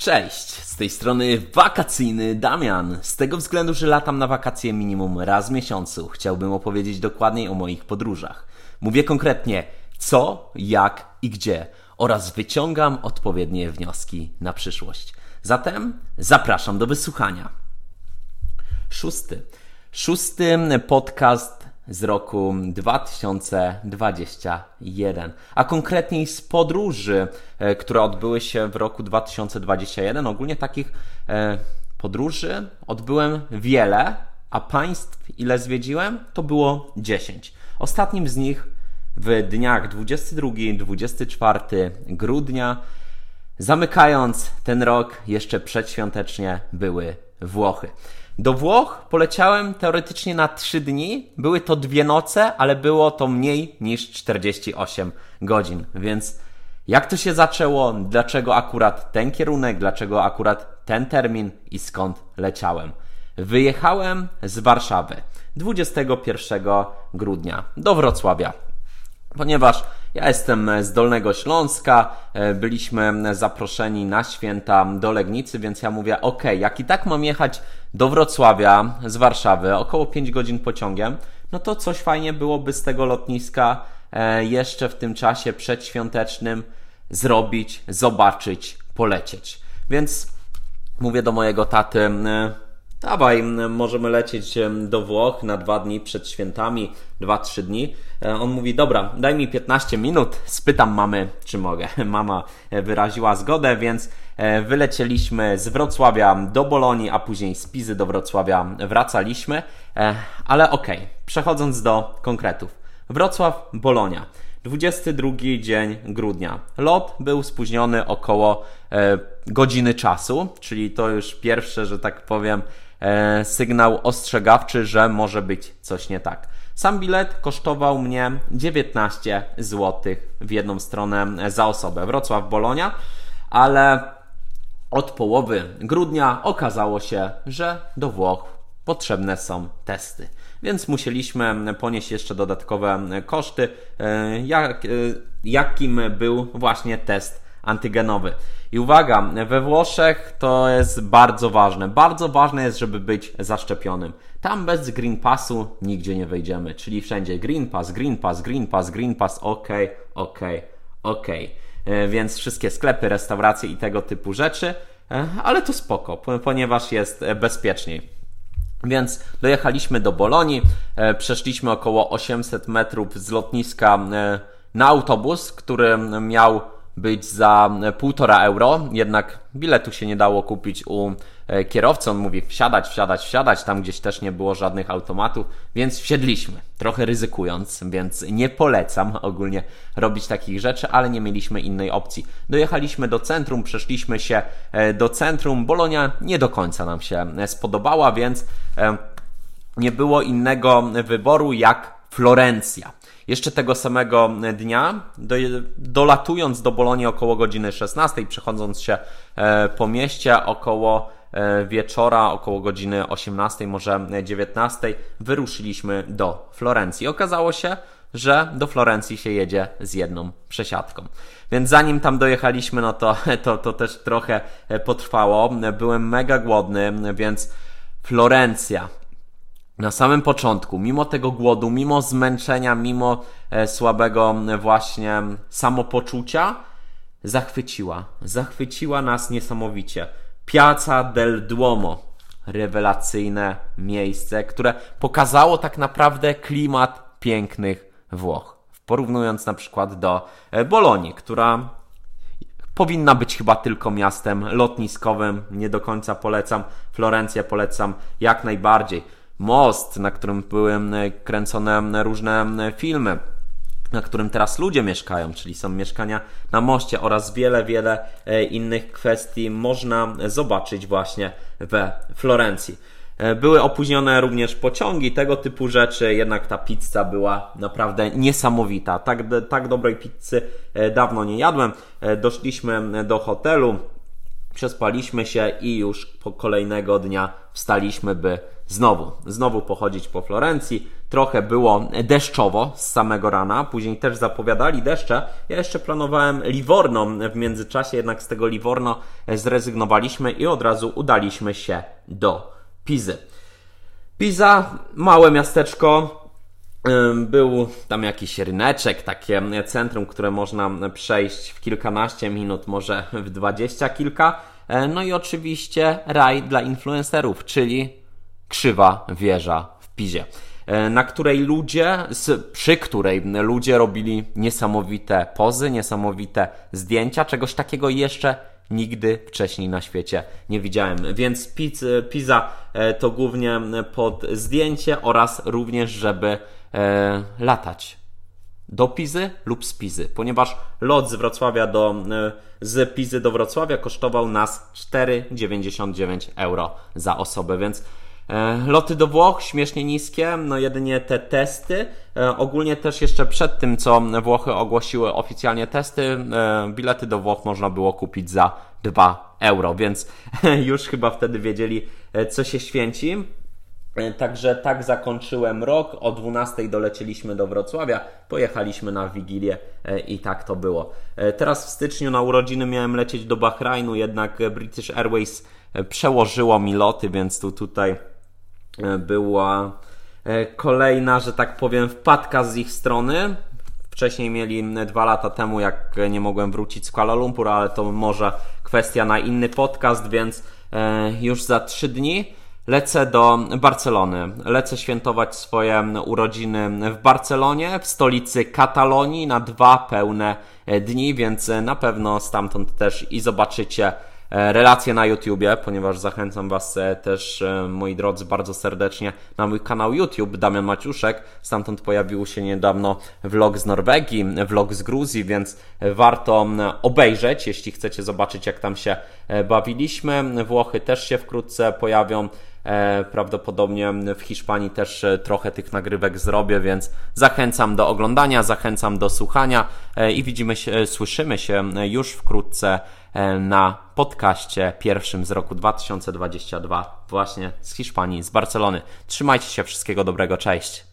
Cześć, z tej strony wakacyjny Damian. Z tego względu, że latam na wakacje minimum raz w miesiącu, chciałbym opowiedzieć dokładniej o moich podróżach. Mówię konkretnie co, jak i gdzie oraz wyciągam odpowiednie wnioski na przyszłość. Zatem zapraszam do wysłuchania. Szósty podcast z roku 2021, a konkretniej z podróży, które odbyły się w roku 2021. Ogólnie takich podróży odbyłem wiele, a państw ile zwiedziłem, to było 10. Ostatnim z nich w dniach 22-24 grudnia, zamykając ten rok jeszcze przedświątecznie, były Włochy. Do Włoch poleciałem teoretycznie na 3 dni. Były to 2 noce, ale było to mniej niż 48 godzin. Więc jak to się zaczęło? Dlaczego akurat ten kierunek? Dlaczego akurat ten termin? I skąd leciałem? Wyjechałem z Warszawy 21 grudnia do Wrocławia. Ponieważ ja jestem z Dolnego Śląska, byliśmy zaproszeni na święta do Legnicy, więc ja mówię, jak i tak mam jechać do Wrocławia z Warszawy, około 5 godzin pociągiem, no to coś fajnie byłoby z tego lotniska jeszcze w tym czasie przedświątecznym zrobić, zobaczyć, polecieć. Więc mówię do mojego taty, dawaj, możemy lecieć do Włoch na 2 dni przed świętami, 2-3 dni. On mówi, dobra, daj mi 15 minut, spytam mamy, czy mogę. Mama wyraziła zgodę, więc wylecieliśmy z Wrocławia do Bolonii, a później z Pizy do Wrocławia wracaliśmy. Ale przechodząc do konkretów. Wrocław, Bolonia. 22 dzień grudnia. Lot był spóźniony około godziny czasu, czyli to już pierwsze, że tak powiem, sygnał ostrzegawczy, że może być coś nie tak. Sam bilet kosztował mnie 19 zł w jedną stronę za osobę. Wrocław-Bolonia, ale od połowy grudnia okazało się, że do Włoch potrzebne są testy. Więc musieliśmy ponieść jeszcze dodatkowe koszty, jakim był właśnie test antygenowy. I uwaga, we Włoszech to jest bardzo ważne. Bardzo ważne jest, żeby być zaszczepionym. Tam bez Green Passu nigdzie nie wejdziemy. Czyli wszędzie Green Pass, Green Pass, Green Pass, Green Pass, okej. Więc wszystkie sklepy, restauracje i tego typu rzeczy, ale to spoko, ponieważ jest bezpieczniej. Więc dojechaliśmy do Bolonii, przeszliśmy około 800 metrów z lotniska na autobus, który miał być za 1,5 euro, jednak biletu się nie dało kupić u kierowcy. On mówi wsiadać, tam gdzieś też nie było żadnych automatów, więc wsiedliśmy, trochę ryzykując, więc nie polecam ogólnie robić takich rzeczy, ale nie mieliśmy innej opcji. Dojechaliśmy do centrum, przeszliśmy się do centrum. Bolonia nie do końca nam się spodobała, więc nie było innego wyboru jak Florencja. Jeszcze tego samego dnia, dolatując do Bolonii około godziny 16, przechodząc się po mieście około wieczora, około godziny 18, może 19, wyruszyliśmy do Florencji. Okazało się, że do Florencji się jedzie z jedną przesiadką. Więc zanim tam dojechaliśmy, no to też trochę potrwało. Byłem mega głodny, więc Florencja na samym początku, mimo tego głodu, mimo zmęczenia, mimo słabego właśnie samopoczucia, zachwyciła nas niesamowicie. Piazza del Duomo, rewelacyjne miejsce, które pokazało tak naprawdę klimat pięknych Włoch. Porównując na przykład do Bolonii, która powinna być chyba tylko miastem lotniskowym, nie do końca polecam. Florencję polecam jak najbardziej. Most, na którym były kręcone różne filmy, na którym teraz ludzie mieszkają, czyli są mieszkania na moście oraz wiele innych kwestii można zobaczyć właśnie we Florencji. Były opóźnione również pociągi, tego typu rzeczy, jednak ta pizza była naprawdę niesamowita. Tak dobrej pizzy dawno nie jadłem. Doszliśmy do hotelu, przespaliśmy się i już kolejnego dnia wstaliśmy, by znowu pochodzić po Florencji. trochę było deszczowo z samego rana, później też zapowiadali deszcze. Ja jeszcze planowałem Livorno w międzyczasie, jednak z tego Livorno zrezygnowaliśmy i od razu udaliśmy się do Pizy. Pisa, małe miasteczko, był tam jakiś ryneczek, takie centrum, które można przejść w kilkanaście minut, może w 20 kilka. No i oczywiście raj dla influencerów, czyli krzywa wieża w Pizie, przy której ludzie robili niesamowite pozy, niesamowite zdjęcia. Czegoś takiego jeszcze nigdy wcześniej na świecie nie widziałem. Więc Pisa to głównie pod zdjęcie oraz również, żeby latać do Pizy lub z Pizy, ponieważ lot z Pizy do Wrocławia kosztował nas 4,99 euro za osobę, więc loty do Włoch śmiesznie niskie, no jedynie te testy. Ogólnie też jeszcze przed tym, co Włochy ogłosiły oficjalnie testy, bilety do Włoch można było kupić za 2 euro, więc już chyba wtedy wiedzieli, co się święci. Także tak zakończyłem rok. O 12 dolecieliśmy do Wrocławia, pojechaliśmy na Wigilię i tak to było. Teraz w styczniu na urodziny miałem lecieć do Bahrajnu, jednak British Airways przełożyło mi loty, więc tutaj była kolejna, że tak powiem, wpadka z ich strony. Wcześniej mieli 2 lata temu, jak nie mogłem wrócić z Kuala Lumpur, ale to może kwestia na inny podcast, więc już za 3 dni lecę do Barcelony. Lecę świętować swoje urodziny w Barcelonie, w stolicy Katalonii, na 2 pełne dni, więc na pewno stamtąd też i zobaczycie relacje na YouTubie, ponieważ zachęcam Was też, moi drodzy, bardzo serdecznie na mój kanał YouTube, Damian Maciuszek. Stamtąd pojawił się niedawno vlog z Norwegii, vlog z Gruzji, więc warto obejrzeć, jeśli chcecie zobaczyć, jak tam się bawiliśmy. Włochy też się wkrótce pojawią. Prawdopodobnie w Hiszpanii też trochę tych nagrywek zrobię, więc zachęcam do oglądania, zachęcam do słuchania i słyszymy się już wkrótce na podcaście pierwszym z roku 2022 właśnie z Hiszpanii, z Barcelony. Trzymajcie się, wszystkiego dobrego, cześć!